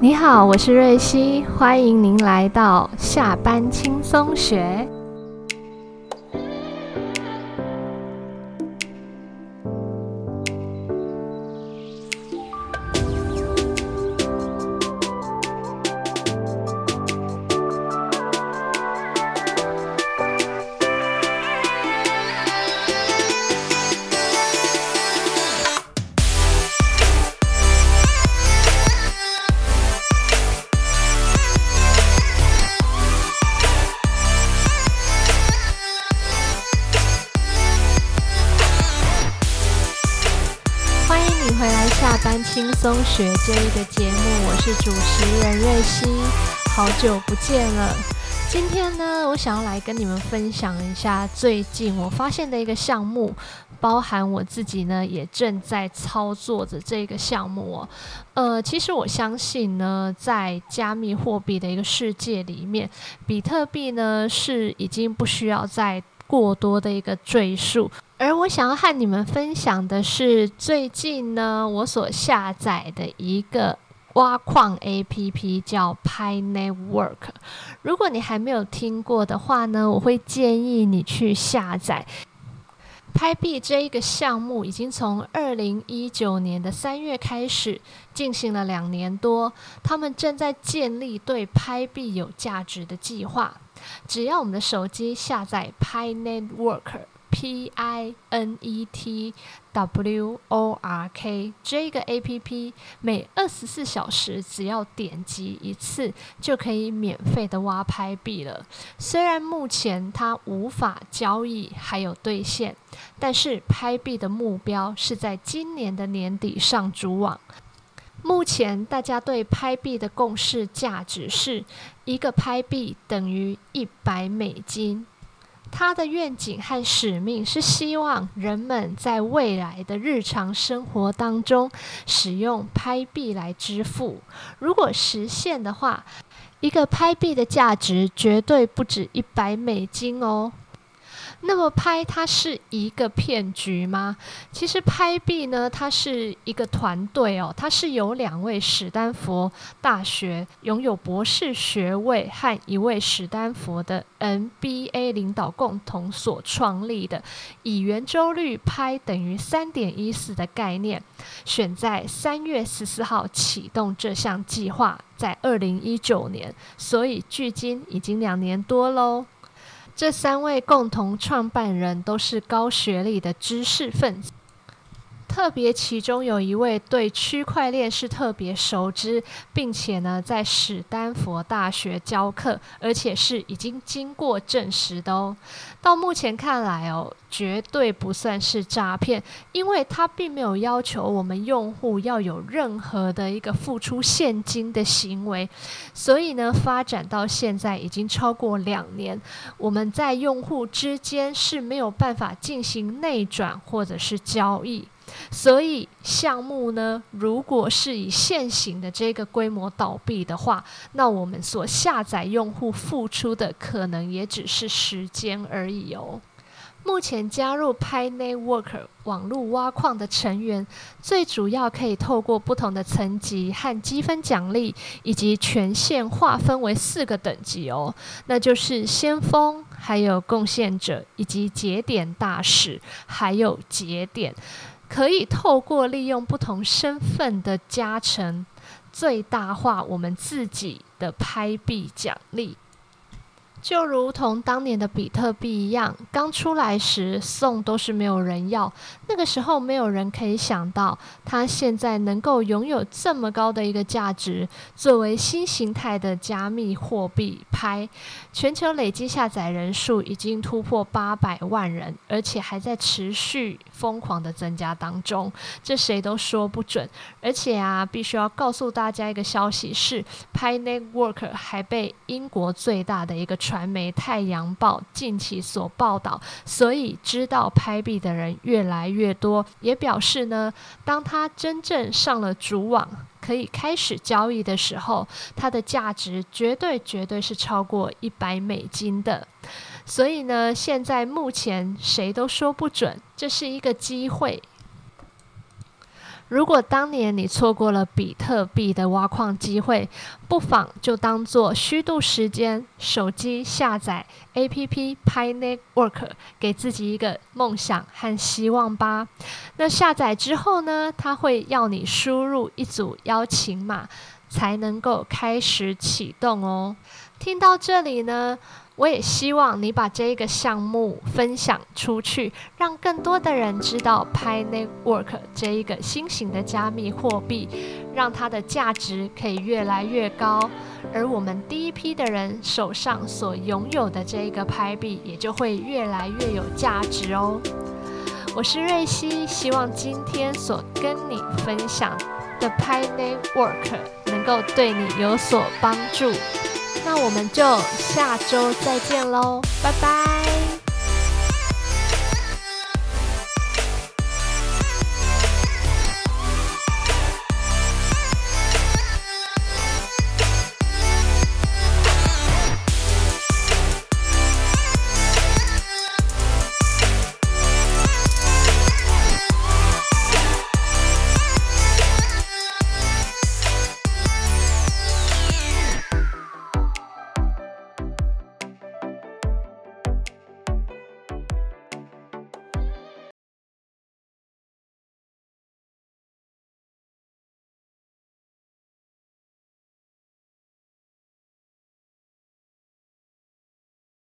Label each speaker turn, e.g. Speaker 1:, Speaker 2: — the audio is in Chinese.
Speaker 1: 你好，我是瑞希，欢迎您来到下班轻松学。回来下班轻松学这一个节目，我是主持人瑞希，好久不见了。今天呢，我想要来跟你们分享一下最近我发现的一个项目，包含我自己呢也正在操作着这个项目其实我相信呢，在加密货币的一个世界里面，比特币呢是已经不需要再过多的一个赘述。而我想要和你们分享的是，最近呢，我所下载的一个挖矿 APP 叫 Pi Network。如果你还没有听过的话呢，我会建议你去下载。拍币这一个项目已经从2019年的3月开始进行了2年多，他们正在建立对拍币有价值的计划。只要我们的手机下载 Pi Network。PINETWORK 这个 APP 每24小时只要点击一次就可以免费的挖拍币了。虽然目前它无法交易还有兑现，但是拍币的目标是在今年的年底上主网。目前大家对拍币的共识价值是一个拍币等于$100。他的愿景和使命是希望人们在未来的日常生活当中使用拍币来支付。如果实现的话，一个拍币的价值绝对不止$100哦。那么拍它是一个骗局吗？其实拍币呢，它是一个团队它是由2位史丹佛大学拥有博士学位和1位史丹佛的 MBA 领导共同所创立的，以圆周率拍等于3.14的概念，选在3月14号启动这项计划，在2019年，所以距今已经2年多咯。这3位共同创办人都是高学历的知识分子，特别其中有1位对区块链是特别熟知，并且呢在史丹佛大学教课，而且是已经经过证实的到目前看来绝对不算是诈骗，因为他并没有要求我们用户要有任何的一个付出现金的行为，所以呢发展到现在已经超过2年，我们在用户之间是没有办法进行内转或者是交易。所以项目呢，如果是以现行的这个规模倒闭的话，那我们所下载用户付出的可能也只是时间而已目前加入 Pi Network 网络挖矿的成员，最主要可以透过不同的层级和积分奖励，以及权限划分为4个等级那就是先锋，还有贡献者，以及节点大使，还有节点。可以透过利用不同身份的加成，最大化我们自己的拍币奖励。就如同当年的比特币一样，刚出来时送都是没有人要，那个时候没有人可以想到它现在能够拥有这么高的一个价值。作为新形态的加密货币拍，全球累计下载人数已经突破800万人，而且还在持续疯狂的增加当中，这谁都说不准。而且必须要告诉大家一个消息是， Pi Network 还被英国最大的一个传媒《太阳报》近期所报道，所以知道拍币的人越来越多，也表示呢，当它真正上了主网，可以开始交易的时候，它的价值绝对是超过$100的。所以呢，现在目前谁都说不准，这是一个机会。 如果当年你错过了比特币的挖矿机会，不妨就当作虚度时间，手机下载 APP Pi Network， 给自己一个梦想和希望吧。那下载之后呢，它会要你输入一组邀请码，才能够开始启动哦。听到这里呢，我也希望你把这个项目分享出去，让更多的人知道 Pi Network 这一个新型的加密货币，让它的价值可以越来越高，而我们第一批的人手上所拥有的这一个拍币也就会越来越有价值哦。我是瑞希，希望今天所跟你分享的 Pi Network 能够对你有所帮助。那我们就下周再见喽，拜拜。